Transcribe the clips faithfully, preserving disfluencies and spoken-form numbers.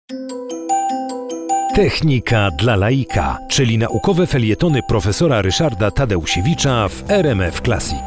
Technika dla laika, czyli naukowe felietony profesora Ryszarda Tadeusiewicza w R M F Classic.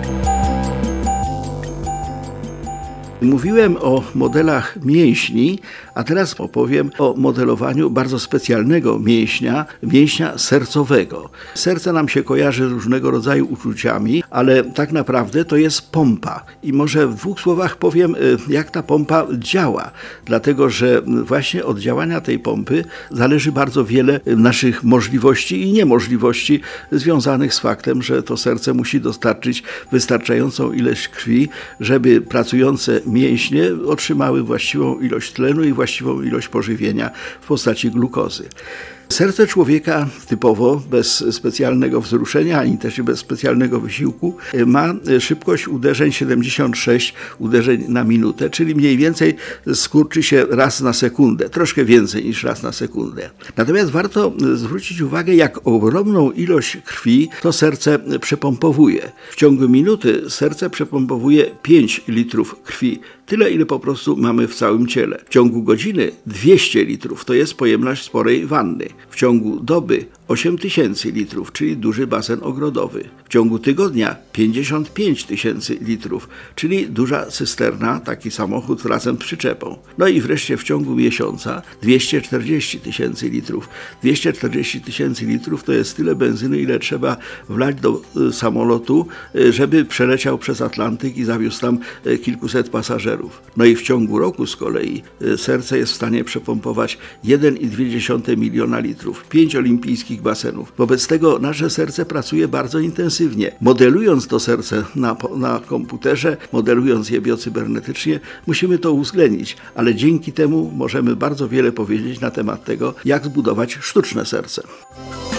Mówiłem o modelach mięśni, a teraz opowiem o modelowaniu bardzo specjalnego mięśnia, mięśnia sercowego. Serce nam się kojarzy z różnego rodzaju uczuciami, ale tak naprawdę to jest pompa. I może w dwóch słowach powiem, jak ta pompa działa. Dlatego, że właśnie od działania tej pompy zależy bardzo wiele naszych możliwości i niemożliwości związanych z faktem, że to serce musi dostarczyć wystarczającą ilość krwi, żeby pracujące mięśnie otrzymały właściwą ilość tlenu i właściwą ilość pożywienia w postaci glukozy. Serce człowieka typowo, bez specjalnego wzruszenia, ani też bez specjalnego wysiłku, ma szybkość uderzeń siedemdziesiąt sześć uderzeń na minutę, czyli mniej więcej skurczy się raz na sekundę, troszkę więcej niż raz na sekundę. Natomiast warto zwrócić uwagę, jak ogromną ilość krwi to serce przepompowuje. W ciągu minuty serce przepompowuje pięć litrów krwi, tyle ile po prostu mamy w całym ciele. W ciągu godziny dwieście litrów, to jest pojemność sporej wanny. W ciągu doby osiem tysięcy litrów, czyli duży basen ogrodowy. W ciągu tygodnia pięćdziesiąt pięć tysięcy litrów, czyli duża cysterna, taki samochód razem z przyczepą. No i wreszcie w ciągu miesiąca dwieście czterdzieści tysięcy litrów. dwieście czterdzieści tysięcy litrów to jest tyle benzyny, ile trzeba wlać do y, samolotu, y, żeby przeleciał przez Atlantyk i zawiózł tam y, kilkuset pasażerów. No i w ciągu roku z kolei y, serce jest w stanie przepompować jeden i dwie dziesiąte miliona litrów. Pięć olimpijskich basenów. Wobec tego nasze serce pracuje bardzo intensywnie. Modelując to serce na, na komputerze, modelując je biocybernetycznie, musimy to uwzględnić, ale dzięki temu możemy bardzo wiele powiedzieć na temat tego, jak zbudować sztuczne serce.